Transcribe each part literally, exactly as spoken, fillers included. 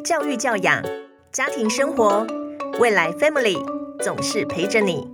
教育教养、家庭生活，未来 Family 总是陪着你。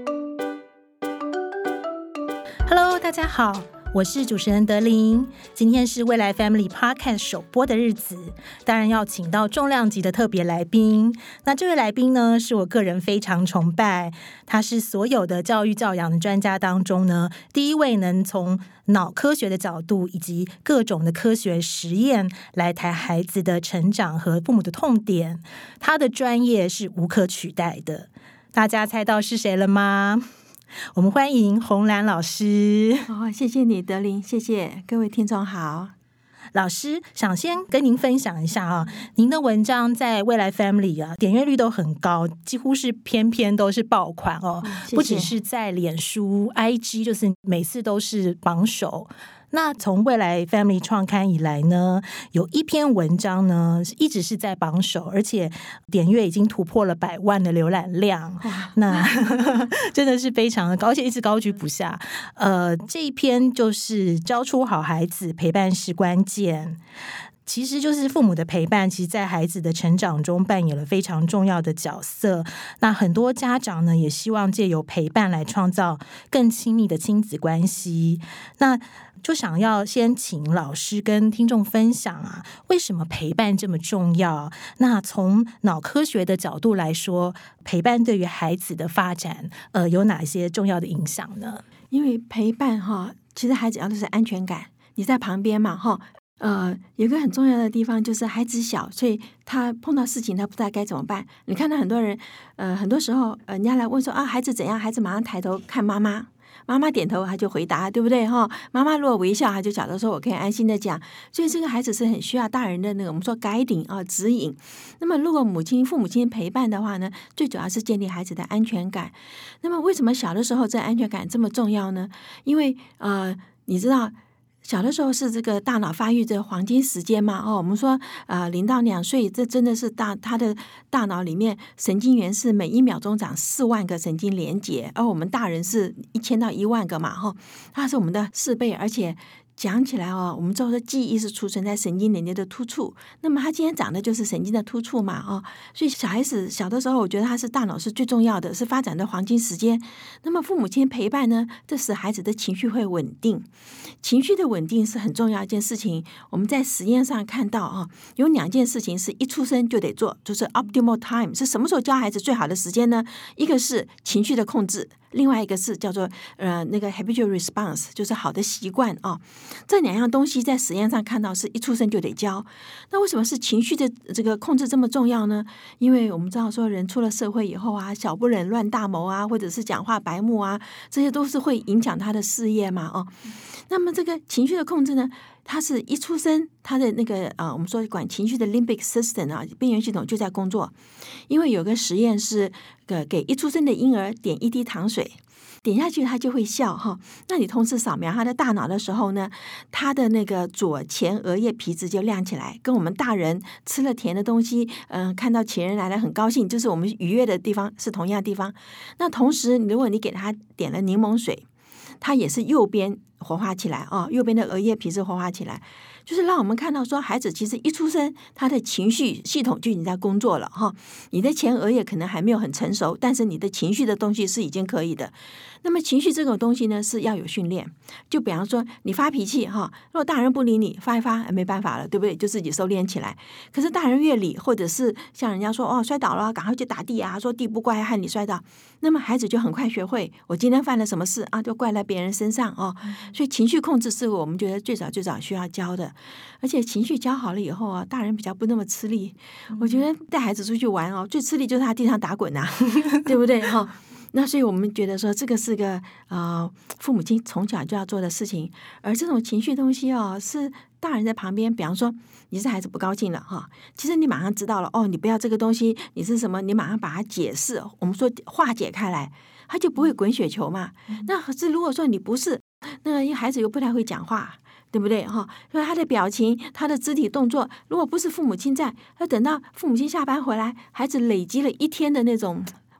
Hello， 大家好，我是主持人德琳。今天是未来 Family Podcast 首播的日子，当然要请到重量级的特别来宾。那这位来宾呢，是我个人非常崇拜，他是所有的教育教养的专家当中呢，第一位能从脑科学的角度以及各种的科学实验来谈孩子的成长和父母的痛点。他的专业是无可取代的。大家猜到是谁了吗？我们欢迎洪兰老师。 哦，谢谢你，德琳，谢谢各位听众好。 老师想先跟您分享一下啊，您的文章在未来 Family 啊，点阅率都很高，几乎是篇篇都是爆款哦。 哦谢谢。 不只是在脸书、I G， 就是每次都是榜首。那从未来 Family 创刊以来呢，有一篇文章呢一直是在榜首，而且点阅已经突破了百万的浏览量，那真的是非常的高，而且一直高居不下。呃，这一篇就是教出好孩子，陪伴是关键。其实就是父母的陪伴，其实在孩子的成长中扮演了非常重要的角色。那很多家长呢，也希望借由陪伴来创造更亲密的亲子关系。那就想要先请老师跟听众分享啊，为什么陪伴这么重要？那从脑科学的角度来说，陪伴对于孩子的发展，呃，有哪些重要的影响呢？ 因为陪伴哈，其实孩子要的是安全感，你在旁边嘛哈。呃，有一个很重要的地方就是孩子小，所以他碰到事情他不知道该怎么办。你看到很多人，呃，很多时候，呃，人家来问说啊，孩子怎样？孩子马上抬头看妈妈。妈妈点头他就回答，对不对哈？妈妈如果微笑他就晓得说我可以安心的讲，所以这个孩子是很需要大人的那个我们说 guiding 啊指引。那么如果母亲父母亲陪伴的话呢，最主要是建立孩子的安全感。那么为什么小的时候这安全感这么重要呢？因为呃你知道小的时候是这个大脑发育的黄金时间嘛？哦，我们说，呃，零到两岁，这真的是大他的大脑里面神经元是每一秒钟长四万个神经连结，而我们大人是一千到一万个嘛，哈、哦，它是我们的四倍，而且讲起来哦，我们知道说记忆是储存在神经连接的突触，那么他今天长的就是神经的突触嘛，哦，所以小孩子小的时候，我觉得他是大脑是最重要的，是发展的黄金时间。那么父母亲陪伴呢，这使孩子的情绪会稳定，情绪的稳定是很重要一件事情。我们在实验上看到啊，有两件事情是一出生就得做，就是 optimal time 是什么时候教孩子最好的时间呢？一个是情绪的控制，另外一个是叫做呃那个 habitual response， 就是好的习惯啊。这两样东西在实验上看到是一出生就得教。那为什么是情绪的这个控制这么重要呢？因为我们知道说人出了社会以后啊，小不忍乱大谋啊，或者是讲话白目啊，这些都是会影响他的事业嘛，哦。那么这个情绪的控制呢，它是一出生，它的那个呃，我们说管情绪的 limbic system 啊，边缘系统就在工作。因为有个实验是呃给一出生的婴儿点一滴糖水，点下去他就会笑哈。那你同时扫描他的大脑的时候呢，他的那个左前额叶皮质就亮起来，跟我们大人吃了甜的东西，嗯、呃，看到情人来了很高兴，就是我们愉悦的地方是同样的地方。那同时，如果你给他点了柠檬水，它也是右边活化起来啊，右边的额叶皮质活化起来，就是让我们看到说，孩子其实一出生，他的情绪系统就已经在工作了哈。你的前额叶可能还没有很成熟，但是你的情绪的东西是已经可以的。那么情绪这种东西呢，是要有训练。就比方说你发脾气哈，如果大人不理你，发一发没办法了，对不对？就自己收敛起来。可是大人越理，或者是像人家说哦摔倒了，赶快去打地啊，说地不怪害你摔倒，那么孩子就很快学会，我今天犯了什么事啊，就怪在别人身上哦。所以情绪控制是我们觉得最早最早需要教的，而且情绪教好了以后啊，大人比较不那么吃力。我觉得带孩子出去玩哦，最吃力就是他地上打滚啊，对不对哈、哦？那所以我们觉得说这个是个呃父母亲从小就要做的事情，而这种情绪东西哦，是大人在旁边，比方说你是孩子不高兴了哈，其实你马上知道了哦，你不要这个东西，你是什么，你马上把它解释，我们说化解开来，他就不会滚雪球嘛。那可是如果说你不是，那个因为孩子又不太会讲话，对不对哈？所以他的表情、他的肢体动作，如果不是父母亲在，那等到父母亲下班回来，孩子累积了一天的那种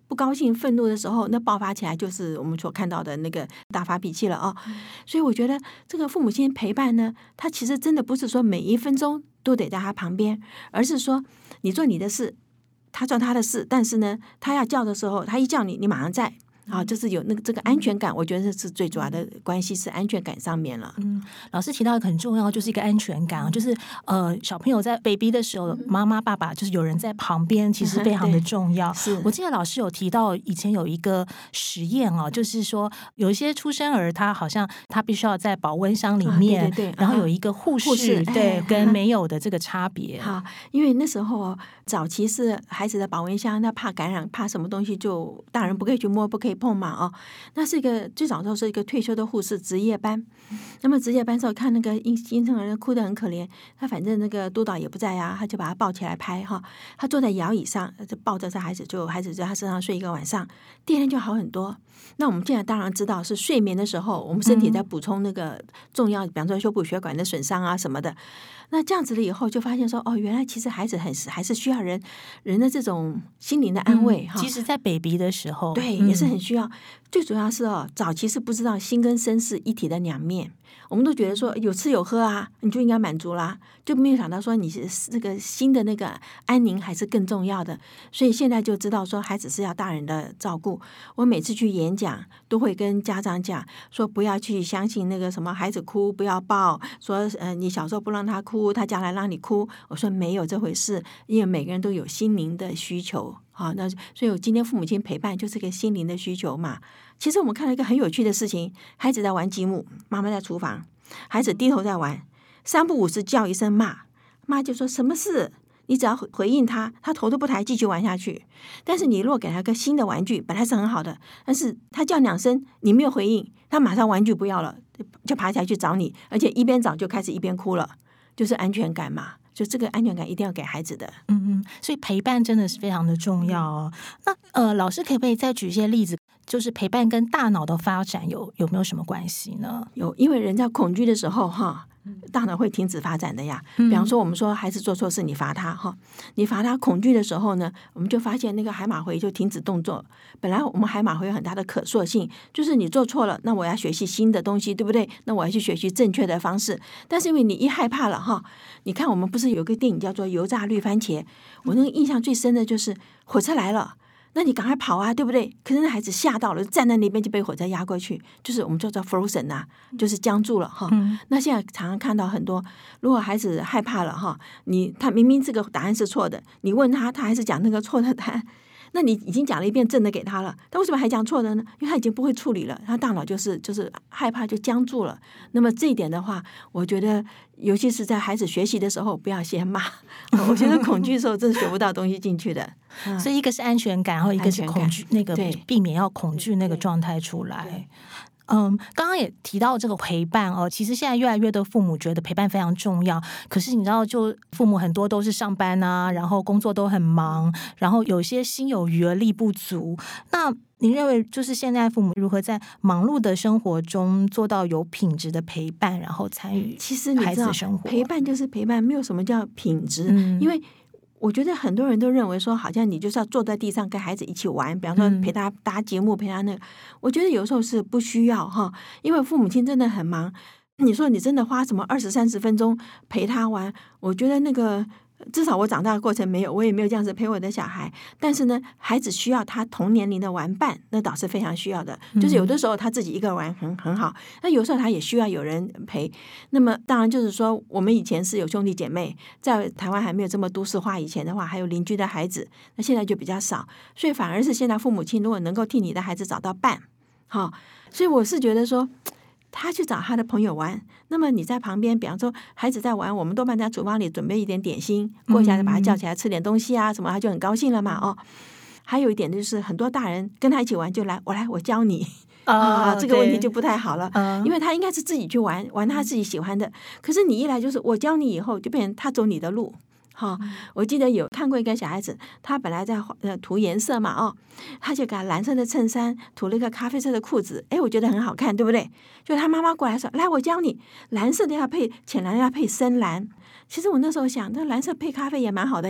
不高兴、愤怒的时候，那爆发起来就是我们所看到的那个大发脾气了啊、哦。所以我觉得这个父母亲陪伴呢，他其实真的不是说每一分钟都得在他旁边，而是说你做你的事，他做他的事，但是呢，他要叫的时候，他一叫你，你马上在。啊，就是有那个这个安全感，我觉得是最主要的关系是安全感上面了。 嗯，老师提到一个很重要，就是一个安全感，就是呃，小朋友在 baby 的时候，妈妈爸爸就是有人在旁边，其实非常的重要。 是我记得老师有提到以前有一个实验哦，就是说有一些出生儿他好像他必须要在保温箱里面， 啊、对对对， 然后有一个护士， 护士对、 哎、 跟没有的这个差别。 好，因为那时候早期是孩子的保温箱，那怕感染，怕什么东西就大人不可以去摸，不可以碰嘛哦。那是一个最早的时候是一个退休的护士值夜班，那么值夜班时候看那个新新生儿哭得很可怜，他反正那个督导也不在啊，他就把他抱起来拍哈，他坐在摇椅上就抱着这孩子，就孩子在他身上睡一个晚上，第二天就好很多。那我们现在当然知道是睡眠的时候，我们身体在补充那个重要，比方说修补血管的损伤啊什么的。那这样子了以后，就发现说，哦，原来其实孩子很还是需要人人的这种心灵的安慰哈、 嗯。其实，在 baby 的时候， 对， 嗯、 也是很需要。最主要是哦，早期是不知道心跟身是一体的两面，我们都觉得说有吃有喝啊，你就应该满足啦，就没有想到说你是这个心的那个安宁还是更重要的。所以现在就知道说，孩子是要大人的照顾。我每次去演讲，都会跟家长讲说，不要去相信那个什么孩子哭不要抱，说呃你小时候不让他哭，他将来让你哭。我说没有这回事，因为每个人都有心灵的需求。好，那所以我今天父母亲陪伴就是个心灵的需求嘛。其实我们看到一个很有趣的事情，孩子在玩积木，妈妈在厨房，孩子低头在玩，三不五时叫一声骂，妈就说什么事？你只要回应他，他头都不抬，继续玩下去。但是你如果给他个新的玩具，本来是很好的，但是他叫两声，你没有回应，他马上玩具不要了，就爬起来去找你，而且一边找就开始一边哭了，就是安全感嘛。就这个安全感一定要给孩子的， 嗯嗯，所以陪伴真的是非常的重要哦。那呃，老师可不可以再举一些例子，就是陪伴跟大脑的发展有有没有什么关系呢？ 有，因为人在恐惧的时候哈，大脑会停止发展的呀。比方说，我们说孩子做错事，你罚他哈，你罚他恐惧的时候呢，我们就发现那个海马回就停止动作。本来我们海马回有很大的可塑性，就是你做错了，那我要学习新的东西，对不对？那我要去学习正确的方式。但是因为你一害怕了哈，你看我们不是有个电影叫做《油炸绿番茄》，我那个印象最深的就是火车来了。那你赶快跑啊，对不对？可是那孩子吓到了，站在那边就被火车压过去，就是我们叫做 frozen 啊，就是僵住了哈。 嗯、 那现在常常看到很多，如果孩子害怕了哈，你他明明这个答案是错的，你问他，他还是讲那个错的答案。那你已经讲了一遍正的给他了，他为什么还讲错的呢？因为他已经不会处理了，他大脑就是就是害怕就僵住了。那么这一点的话，我觉得尤其是在孩子学习的时候，不要先骂。我觉得恐惧的时候真是学不到东西进去的。 嗯、所以一个是安全感，然后一个是恐惧，那个避免要恐惧那个状态出来。嗯，刚刚也提到这个陪伴哦，其实现在越来越多父母觉得陪伴非常重要。可是你知道，就父母很多都是上班啊，然后工作都很忙，然后有些心有余而力不足。那您认为，就是现在父母如何在忙碌的生活中做到有品质的陪伴，然后参与孩子的生活？ 陪伴就是陪伴，没有什么叫品质， 嗯、 因为。我觉得很多人都认为说，好像你就是要坐在地上跟孩子一起玩，比方说陪他搭节目，陪他那个。我觉得有时候是不需要哈，因为父母亲真的很忙。你说你真的花什么二十三十分钟陪他玩，我觉得那个至少我长大的过程没有，我也没有这样子陪我的小孩。但是呢，孩子需要他同年龄的玩伴，那倒是非常需要的。就是有的时候他自己一个人玩很很好，那有时候他也需要有人陪。那么当然就是说，我们以前是有兄弟姐妹，在台湾还没有这么都市化以前的话，还有邻居的孩子，那现在就比较少，所以反而是现在父母亲如果能够替你的孩子找到伴，好，所以我是觉得说。他去找他的朋友玩，那么你在旁边，比方说孩子在玩，我们多半在厨房里准备一点点心，过一下就把他叫起来吃点东西啊什么，他就很高兴了嘛哦。还有一点就是很多大人跟他一起玩，就来我来我教你啊、哦，这个问题就不太好了，因为他应该是自己去玩玩他自己喜欢的，可是你一来就是我教你以后，就变成他走你的路。好、哦，我记得有看过一个小孩子，他本来在呃涂颜色嘛，哦，他就给他蓝色的衬衫涂了一个咖啡色的裤子，哎，我觉得很好看，对不对？就他妈妈过来说，来，我教你，蓝色的要配浅蓝，要配深蓝。其实我那时候想，那蓝色配咖啡也蛮好的呀。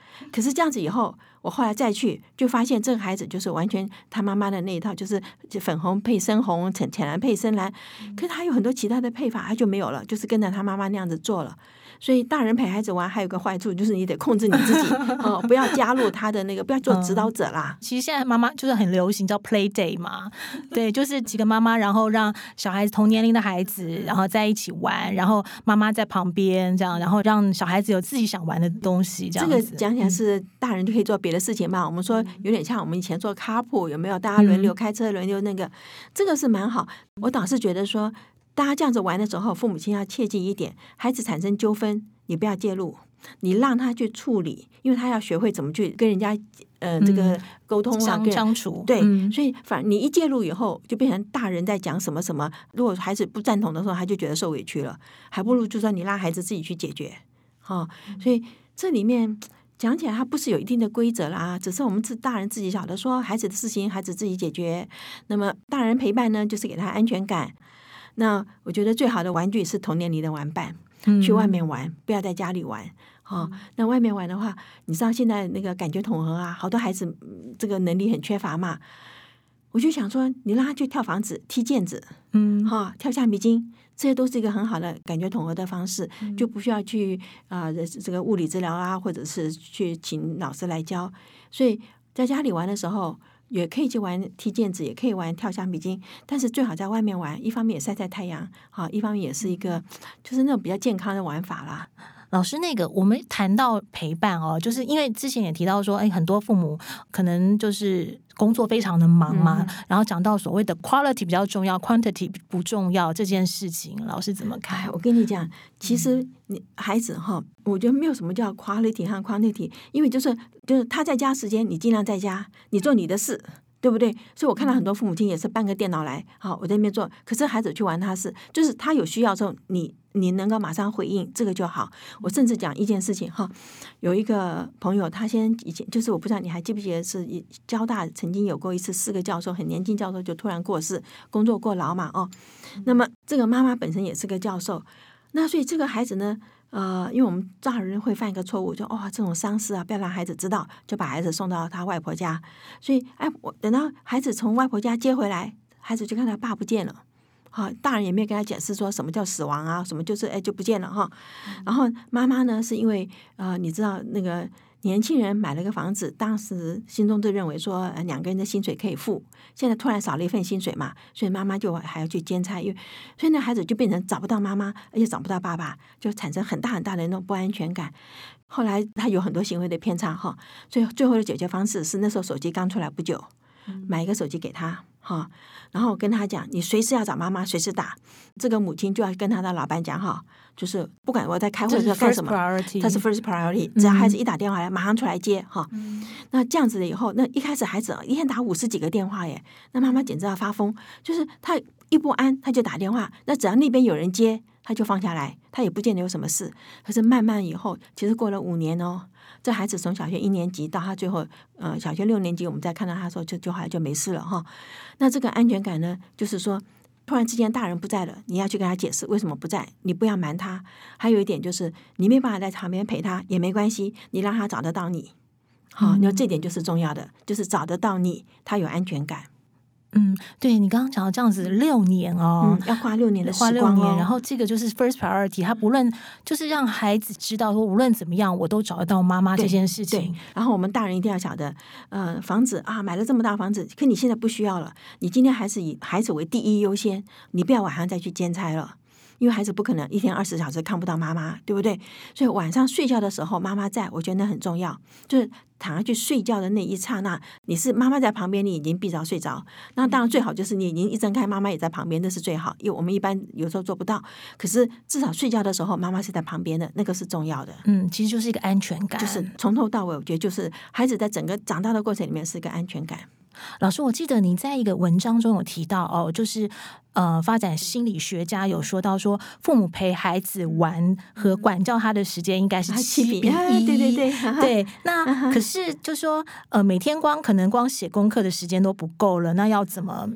可是这样子以后，我后来再去就发现这个孩子就是完全他妈妈的那一套，就是粉红配深红，浅浅蓝配深蓝，可是他有很多其他的配法，他就没有了，就是跟着他妈妈那样子做了。所以大人陪孩子玩还有个坏处，就是你得控制你自己哦，不要加入他的那个，不要做指导者啦。 嗯、其实现在妈妈就是很流行叫 play day 嘛，对，就是几个妈妈，然后让小孩子同年龄的孩子，然后在一起玩，然后妈妈在旁边这样，然后让小孩子有自己想玩的东西，这样子。 这个讲起来是大人就可以做别的事情嘛。嗯、我们说有点像我们以前做 carpool， 有没有？大家轮流开车，轮流那个，这个是蛮好。我倒是觉得说，大家这样子玩的时候，父母亲要切记一点：孩子产生纠纷，你不要介入，你让他去处理，因为他要学会怎么去跟人家呃这个沟通啊， 相相处。 对， 嗯、 所以反你一介入以后，就变成大人在讲什么什么。如果孩子不赞同的时候，他就觉得受委屈了，还不如就说你让孩子自己去解决。哈、哦，所以这里面讲起来，它不是有一定的规则啦，只是我们自大人自己晓得说孩子的事情，孩子自己解决。那么大人陪伴呢，就是给他安全感。那我觉得最好的玩具是同年龄的玩伴，嗯、去外面玩，不要在家里玩。哦，那外面玩的话，你知道现在那个感觉统合啊，好多孩子这个能力很缺乏嘛。我就想说，你让他去跳房子、踢毽子，嗯，哈、哦，跳橡皮筋，这些都是一个很好的感觉统合的方式，嗯、就不需要去啊、呃、这个物理治疗啊，或者是去请老师来教。所以在家里玩的时候，也可以去玩踢毽子，也可以玩跳橡皮筋，但是最好在外面玩，一方面也晒晒太阳，啊，一方面也是一个就是那种比较健康的玩法啦。 老师，那个我们谈到陪伴哦，就是因为之前也提到说，哎，很多父母可能就是工作非常的忙嘛，嗯、然后讲到所谓的 quality 比较重要 ，quantity 不重要这件事情，老师怎么看？ 我跟你讲，其实你孩子哈，我觉得没有什么叫 quality 和 quantity， 因为就是就是他在家时间，你尽量在家，你做你的事。对不对？所以我看到很多父母亲也是搬个电脑来，好，我在那边做。可是孩子去玩他是，就是他有需要的时候，你你能够马上回应，这个就好。我甚至讲一件事情哈，有一个朋友，他先以前就是我不知道你还记不记得，是交大曾经有过一次四个教授，很年轻教授就突然过世，工作过劳嘛哦。那么这个妈妈本身也是个教授，那所以这个孩子呢？呃，因为我们大人会犯一个错误，就哇、哦、这种丧事啊，不要让孩子知道，就把孩子送到他外婆家。所以，哎，我等到孩子从外婆家接回来，孩子就看他爸不见了。好、哦，大人也没有跟他解释说什么叫死亡啊，什么就是哎就不见了哈。然后妈妈呢，是因为呃，你知道那个年轻人买了个房子，当时心中就认为说、呃、两个人的薪水可以付，现在突然少了一份薪水嘛，所以妈妈就还要去兼差，因为所以那孩子就变成找不到妈妈，而且找不到爸爸，就产生很大很大的那种不安全感。后来他有很多行为的偏差哈，所以最后的解决方式是那时候手机刚出来不久，买一个手机给他哈，然后跟他讲，你随时要找妈妈，随时打。这个母亲就要跟他的老板讲哈，就是不管我在开会的时候干什么，他是 first priority， 只要孩子一打电话来，马上出来接哈。嗯、那这样子了以后，那一开始孩子一天打五十几个电话耶，那妈妈简直要发疯，就是他一不安他就打电话，那只要那边有人接，他就放下来，他也不见得有什么事。可是慢慢以后，其实过了五年哦。这孩子从小学一年级到他最后，呃，小学六年级，我们再看到他说就就好像就没事了哈。那这个安全感呢，就是说，突然之间大人不在了，你要去跟他解释为什么不在，你不要瞒他。还有一点就是，你没办法在旁边陪他也没关系，你让他找得到你，好，那这点就是重要的，就是找得到你，他有安全感。 嗯，对你刚刚讲的这样子六年哦、 嗯，要花六年的时光、哦、 花六年，然后这个就是 first priority， 他不论就是让孩子知道说，无论怎么样，我都找得到妈妈这件事情。 然后我们大人一定要晓得，呃，房子啊，买了这么大房子，可你现在不需要了，你今天还是以孩子为第一优先，你不要晚上再去兼差了。因为孩子不可能一天二十小时看不到妈妈，对不对？所以晚上睡觉的时候，妈妈在，我觉得那很重要。就是躺下去睡觉的那一刹那，你是妈妈在旁边，你已经闭着睡着。那当然最好就是你已经一睁开，妈妈也在旁边，那是最好。因为我们一般有时候做不到，可是至少睡觉的时候，妈妈是在旁边的，那个是重要的。 嗯，其实就是一个安全感， 就是从头到尾，我觉得就是孩子在整个长大的过程里面是一个安全感。 老师，我记得你在一个文章中有提到哦，就是呃，发展心理学家有说到说，父母陪孩子玩和管教他的时间应该是七比一、啊， 对对对对。那可是就说呃，每天光可能光写功课的时间都不够了，那要怎么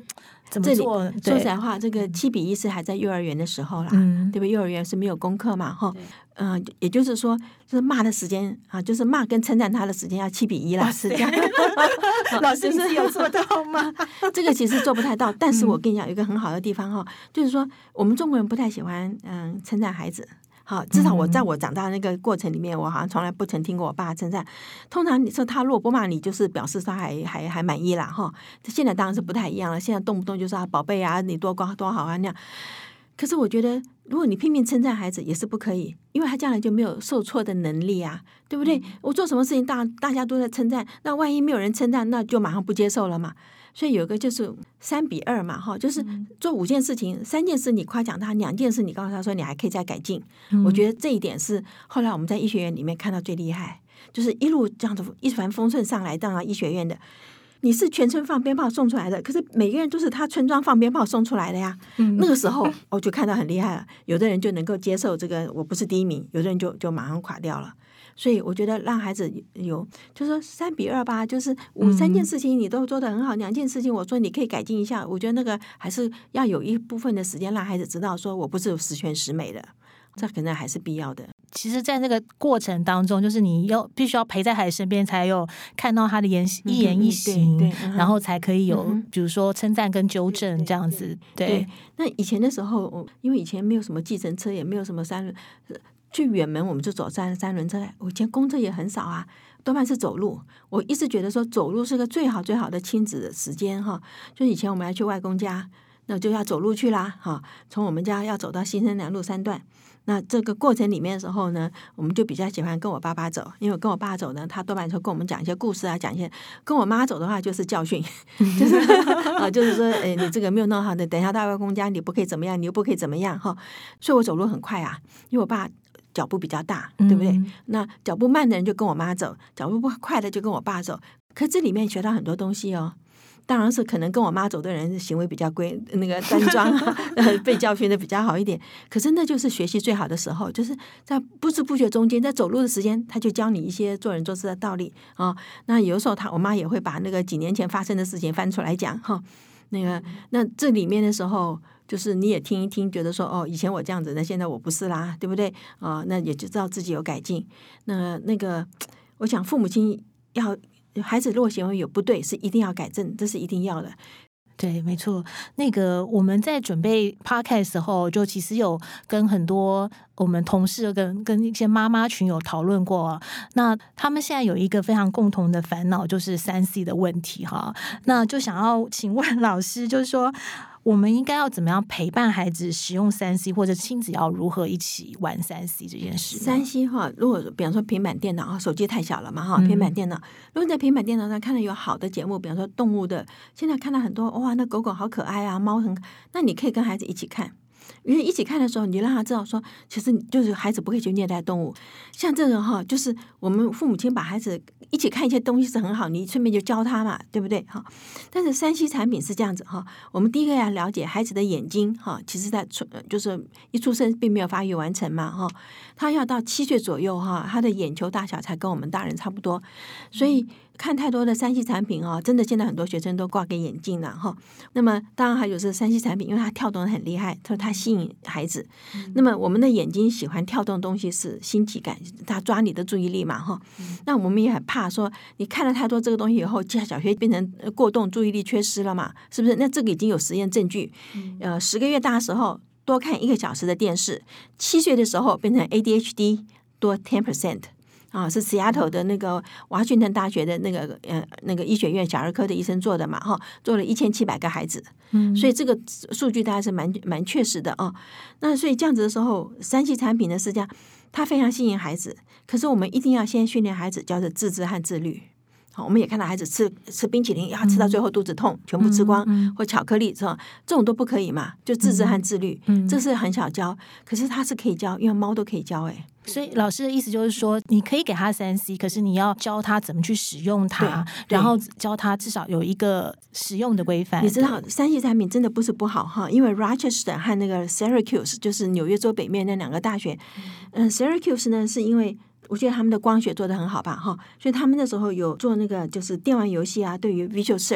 怎么做？ 说实在话，这个七比一是还在幼儿园的时候啦， 嗯、 对不对？幼儿园是没有功课嘛，哈，嗯、呃，也就是说，就是骂的时间啊，就是骂跟称赞他的时间要七比一啦，是这样。 老师你是有做到吗？ 这个其实做不太到，但是我跟你讲，有一个很好的地方哈、嗯，就是说我们中国人不太喜欢嗯称赞孩子。好，至少我在我长大的那个过程里面，我好像从来不曾听过我爸称赞。通常你说他如果不骂你，就是表示他还还还满意啦哈。现在当然是不太一样了，现在动不动就说啊宝贝啊，你多高多好啊那样。可是我觉得，如果你拼命称赞孩子也是不可以，因为他将来就没有受挫的能力啊，对不对？我做什么事情大大家都在称赞，那万一没有人称赞，那就马上不接受了嘛。所以有一个就是三比二嘛，哈，就是做五件事情，三件事你夸奖他，两件事你告诉他说你还可以再改进。嗯、我觉得这一点是后来我们在医学院里面看到最厉害，就是一路这样子一帆风顺上来到医学院的。你是全村放鞭炮送出来的，可是每个人都是他村庄放鞭炮送出来的呀。嗯、那个时候我就看到很厉害了，有的人就能够接受这个我不是第一名，有的人就就马上垮掉了。所以我觉得让孩子有，就是说三比二吧，就是五三件事情你都做得很好，两件事情我说你可以改进一下，我觉得那个还是要有一部分的时间让孩子知道，说我不是十全十美的，这可能还是必要的。 其实在那个过程当中，就是你要必须要陪在孩子身边，才有看到他的言一言一行，嗯、对对然后才可以有，嗯、比如说称赞跟纠正这样子。对， 对, 对, 对。 那以前的时候，因为以前没有什么计程车，也没有什么三轮。去远门我们就走三三轮车，我以前公车也很少啊，多半是走路。我一直觉得说走路是个最好最好的亲子的时间哈。就以前我们要去外公家，那就要走路去啦哈。从我们家要走到新生南路三段，那这个过程里面的时候呢，我们就比较喜欢跟我爸爸走，因为跟我爸走呢，他多半就跟我们讲一些故事啊，讲一些。跟我妈走的话就是教训，就是啊，就是说，哎，你这个没有弄好的，等一下到外公家你不可以怎么样，你又不可以怎么样哈。所以我走路很快啊，因为我爸脚步比较大，对不对？嗯、那脚步慢的人就跟我妈走，脚步不快的就跟我爸走。可这里面学到很多东西哦。当然是可能跟我妈走的人行为比较规那个端庄、呃，被教训的比较好一点。可是那就是学习最好的时候，就是在不知不觉中间，在走路的时间，他就教你一些做人做事的道理啊、哦。那有时候他我妈也会把那个几年前发生的事情翻出来讲哈、哦。那个那这里面的时候。就是你也听一听，觉得说哦，以前我这样子，那现在我不是啦，对不对？啊、呃，那也就知道自己有改进。那那个，我想父母亲要孩子如果行为有不对，是一定要改正，这是一定要的。 对，没错。那个我们在准备 podcast 的时候，就其实有跟很多我们同事跟跟一些妈妈群有讨论过。那他们现在有一个非常共同的烦恼，就是三 C 的问题哈。那就想要请问老师，就是说我们应该要怎么样陪伴孩子使用三 C， 或者亲子要如何一起玩三 C 这件事？ 三 C 哈，如果比方说平板电脑，手机太小了嘛哈，平板电脑，如果你在平板电脑上看到有好的节目，比方说动物的，现在看到很多哇，那狗狗好可爱啊，猫很，那你可以跟孩子一起看。因为一起看的时候，你就让他知道说，其实就是孩子不可以去虐待动物。像这个哈，就是我们父母亲把孩子一起看一些东西是很好，你顺便就教他嘛，对不对哈？但是三 C 产品是这样子哈，我们第一个要了解孩子的眼睛哈，其实在出就是一出生并没有发育完成嘛哈，他要到七岁左右哈，他的眼球大小才跟我们大人差不多，所以看太多的三 C 产品啊，真的现在很多学生都挂个眼镜了哈。那么当然还有是三 C 产品，因为它跳动的很厉害，它它吸引孩子。嗯、那么我们的眼睛喜欢跳动的东西是新奇感，它抓你的注意力嘛哈。嗯、那我们也很怕说你看了太多这个东西以后，小学变成过动，注意力缺失了嘛，是不是？那这个已经有实验证据。嗯、呃，十个月大的时候多看一个小时的电视，七岁的时候变成 A D H D 多 ten percent。啊，是 Seattle 的那个华盛顿大学的那个呃那个医学院小儿科的医生做的嘛，哈，做了一千七百个孩子，嗯，所以这个数据大概是蛮蛮确实的啊。那所以这样子的时候，三 C 产品呢，实际上它非常吸引孩子，可是我们一定要先训练孩子，叫做自制和自律。好，我们也看到孩子吃吃冰淇淋，要吃到最后肚子痛，嗯、全部吃光，嗯、或巧克力是吧？这种都不可以嘛，就自制和自律，嗯、这是很小教，可是它是可以教，因为猫都可以教哎、欸。 所以老师的意思就是说，你可以给他三 C， 可是你要教他怎么去使用它，然后教他至少有一个使用的规范。 你知道三 C 产品真的不是不好哈，因为 Rochester 和那个 Syracuse 就是纽约州北面那两个大学，嗯、呃、，Syracuse 呢是因为我觉得他们的光学做得很好吧哈，所以他们那时候有做那个就是电玩游戏啊，对于 Visual Search。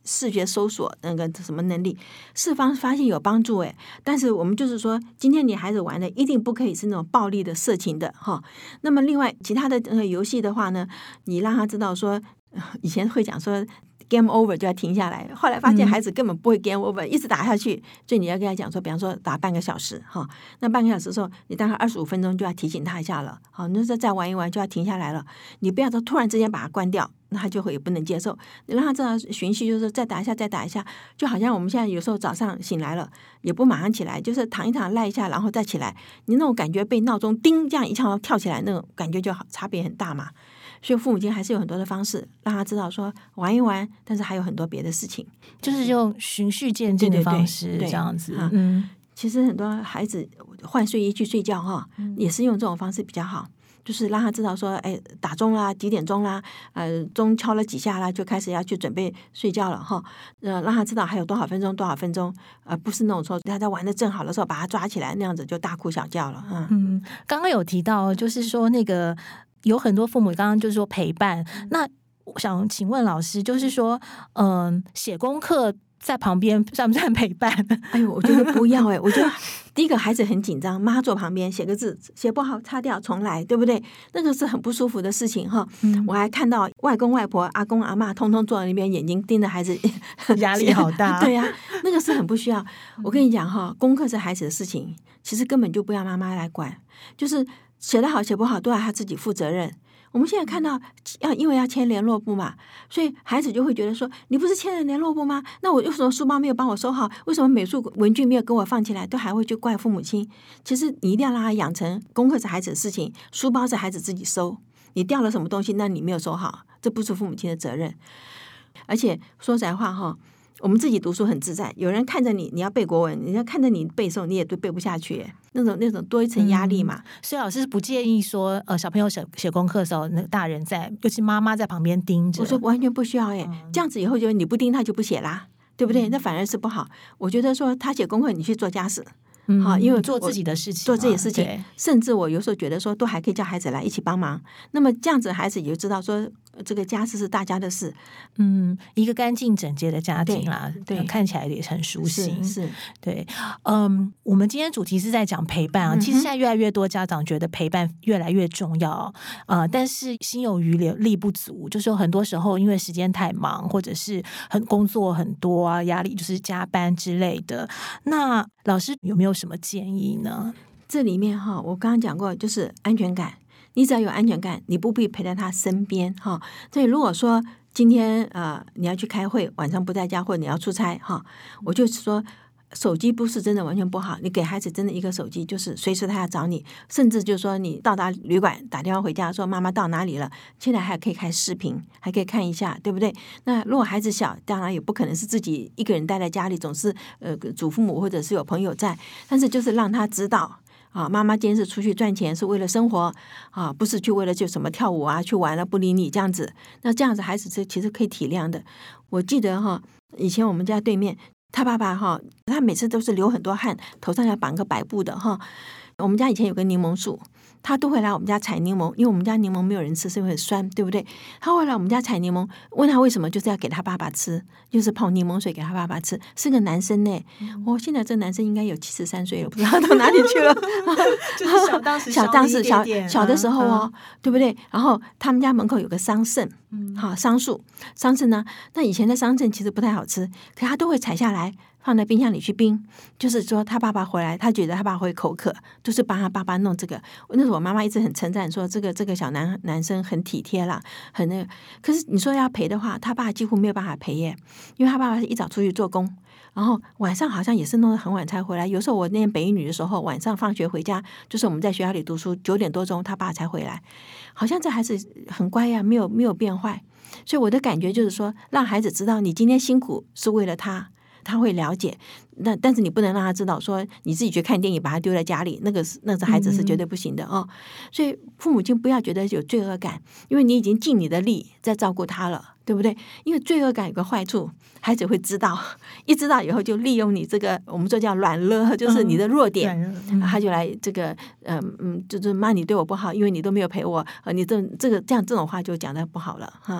视觉搜索那个什么能力，四方发现有帮助哎。但是我们就是说，今天你孩子玩的一定不可以是那种暴力的、色情的哈。那么另外其他的呃游戏的话呢，你让他知道说，以前会讲说 game over 就要停下来，后来发现孩子根本不会 game over，、嗯、一直打下去，所以你要跟他讲说，比方说打半个小时哈，那半个小时的时候，你大概二十五分钟就要提醒他一下了，好，那时候再玩一玩就要停下来了，你不要说突然之间把它关掉。那他就会也不能接受，你让他知道循序，就是再打一下，再打一下，就好像我们现在有时候早上醒来了，也不马上起来，就是躺一躺赖一下，然后再起来，你那种感觉被闹钟叮这样一跳跳起来，那种感觉就好差别很大嘛。所以父母亲还是有很多的方式让他知道说玩一玩，但是还有很多别的事情， 就是用循序渐进的方式这样子。嗯， 其实很多孩子换睡衣去睡觉哈，也是用这种方式比较好。就是让他知道说，哎，打钟啦，几点钟啦，呃，钟敲了几下啦，就开始要去准备睡觉了哈。呃，让他知道还有多少分钟，多少分钟，呃，不是那种说他在玩的正好的时候把他抓起来，那样子就大哭小叫了。嗯嗯，刚刚有提到，就是说那个有很多父母刚刚就是说陪伴，那我想请问老师，就是说，嗯、呃，写功课在旁边算不算陪伴？ 哎呦，我觉得不要哎、欸，我觉得第一个孩子很紧张，妈坐旁边写个字，写不好擦掉重来，对不对？那个是很不舒服的事情哈。嗯、我还看到外公外婆、阿公阿嬷通通坐在那边，眼睛盯着孩子， 压力好大。 对呀、啊，那个是很不需要。我跟你讲哈，功课是孩子的事情，其实根本就不要妈妈来管，就是写得好写不好都要他自己负责任。我们现在看到要因为要签联络簿嘛，所以孩子就会觉得说，你不是签了联络簿吗？那我为什么书包没有帮我收好？为什么美术文具没有给我放起来？都还会去怪父母亲。其实你一定要让他养成功课是孩子的事情，书包是孩子自己收。你掉了什么东西，那你没有收好，这不是父母亲的责任。而且说实在话哈，我们自己读书很自在，有人看着你，你要背国文，人家看着你背诵，你也都背不下去，那种那种多一层压力嘛。 嗯、所以老师不建议说，呃，小朋友写写功课的时候，那个大人在，尤其妈妈在旁边盯着。 我说完全不需要哎、嗯，这样子以后就你不盯他就不写啦，对不对？那反而是不好。我觉得说他写功课，你去做家事。 嗯， 好，因为做自己的事情， 做自己的事情，甚至我有时候觉得说，都还可以叫孩子来一起帮忙。那么这样子，孩子也就知道说，这个家事是大家的事。 嗯，一个干净整洁的家庭啦， 对，对看起来也很舒心。 是，是对。嗯，我们今天主题是在讲陪伴啊、嗯。其实现在越来越多家长觉得陪伴越来越重要，呃，但是心有余力不足，就是说很多时候因为时间太忙，或者是很工作很多啊，压力就是加班之类的。那老师有没有什么建议呢？ 这里面哈，我刚刚讲过，就是安全感。你只要有安全感，你不必陪在他身边哈。所以如果说今天呃你要去开会，晚上不在家，或者你要出差哈，我就说手机不是真的完全不好，你给孩子真的一个手机，就是随时他要找你，甚至就是说你到达旅馆打电话回家说妈妈到哪里了，现在还可以开视频，还可以看一下，对不对？那如果孩子小，当然也不可能是自己一个人待在家里，总是呃祖父母或者是有朋友在，但是就是让他知道。啊，妈妈今天是出去赚钱，是为了生活啊，不是去为了就什么跳舞啊，去玩了不理你这样子。那这样子孩子是其实可以体谅的。我记得哈，以前我们家对面他爸爸哈，他每次都是流很多汗，头上要绑个白布的哈。我们家以前有个柠檬树，他都会来我们家采柠檬，因为我们家柠檬没有人吃，是因为很酸，对不对？他会来我们家采柠檬，问他为什么，就是要给他爸爸吃，就是泡柠檬水给他爸爸吃。是个男生呢，我、嗯哦、现在这男生应该有七十三岁了，不知道到哪里去了。 就是小当时小当时小小的时候哦、 嗯， 对不对？然后他们家门口有个桑葚，嗯，好桑树，桑葚呢，那以前的桑葚其实不太好吃，可他都会采下来。放在冰箱里去冰，就是说他爸爸回来，他觉得他爸会口渴，就是帮他爸爸弄这个。那时候我妈妈一直很称赞说，这个这个小男男生很体贴啦，很那个。可是你说要陪的话，他爸几乎没有办法陪耶，因为他爸爸是一早出去做工，然后晚上好像也是弄得很晚才回来。有时候我念北一女的时候，晚上放学回家，就是我们在学校里读书，九点多钟他爸才回来，好像这孩子很乖呀，没有没有变坏。所以我的感觉就是说，让孩子知道你今天辛苦是为了他。他会了解，那但是你不能让他知道说你自己去看电影把他丢在家里，那个是那个孩子是绝对不行的哦。所以父母亲不要觉得有罪恶感，因为你已经尽你的力在照顾他了，对不对？因为罪恶感有个坏处，孩子会知道，一知道以后就利用你这个我们说叫软肋，就是你的弱点，嗯、他就来这个嗯嗯，就是骂你对我不好，因为你都没有陪我，呃，你这这个这样这种话就讲得不好了哈。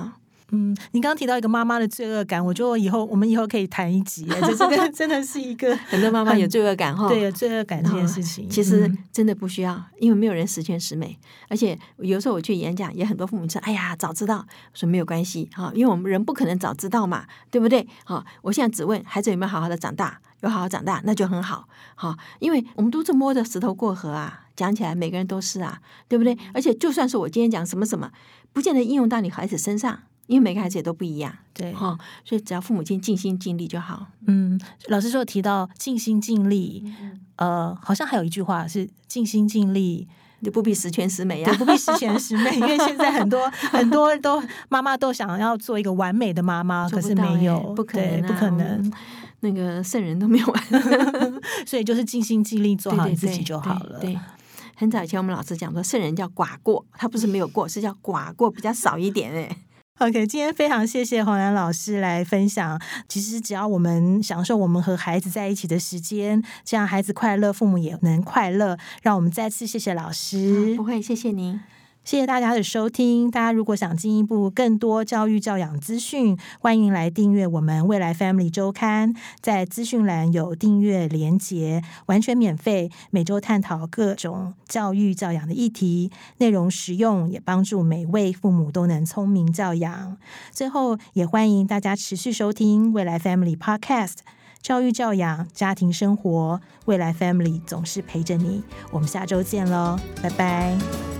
嗯，你刚刚提到一个妈妈的罪恶感，我觉得以后我们以后可以谈一集，这这个真的是一个很多妈妈有罪恶感哈， 对，有罪恶感这件事情， 其实真的不需要，因为没有人十全十美。而且有时候我去演讲，也很多父母说：“哎呀，早知道。”我说没有关系哈，因为我们人不可能早知道嘛，对不对？好，我现在只问孩子有没有好好的长大，有好好长大，那就很好。好，因为我们都是摸着石头过河啊，讲起来每个人都是啊，对不对？而且就算是我今天讲什么什么，不见得应用到你孩子身上。因为每个孩子也都不一样， 对哈、哦，所以只要父母亲尽心尽力就好。 嗯，老师说提到尽心尽力，嗯、呃，好像还有一句话是尽心尽力， 你不必十全十美呀、 啊，不必十全十美，因为现在很多很多都妈妈都想要做一个完美的妈妈，可是没有， 不可能、啊， 不可能。 嗯那个圣人都没有完， 所以就是尽心尽力做好你自己就好了。 对，对对很早以前我们老师讲说，圣人叫寡过，他不是没有过，是叫寡过比较少一点哎。 OK， 今天非常谢谢洪兰老师来分享。其实只要我们享受我们和孩子在一起的时间，这样孩子快乐，父母也能快乐。让我们再次谢谢老师。 不会，谢谢您。 谢谢大家的收听。大家如果想进一步更多教育教养资讯，欢迎来订阅我们未来 Family 周刊，在资讯栏有订阅连结，完全免费，每周探讨各种教育教养的议题，内容实用，也帮助每位父母都能聪明教养。最后也欢迎大家持续收听未来 Family Podcast， 教育教养家庭生活，未来 Family 总是陪着你。我们下周见咯，拜拜。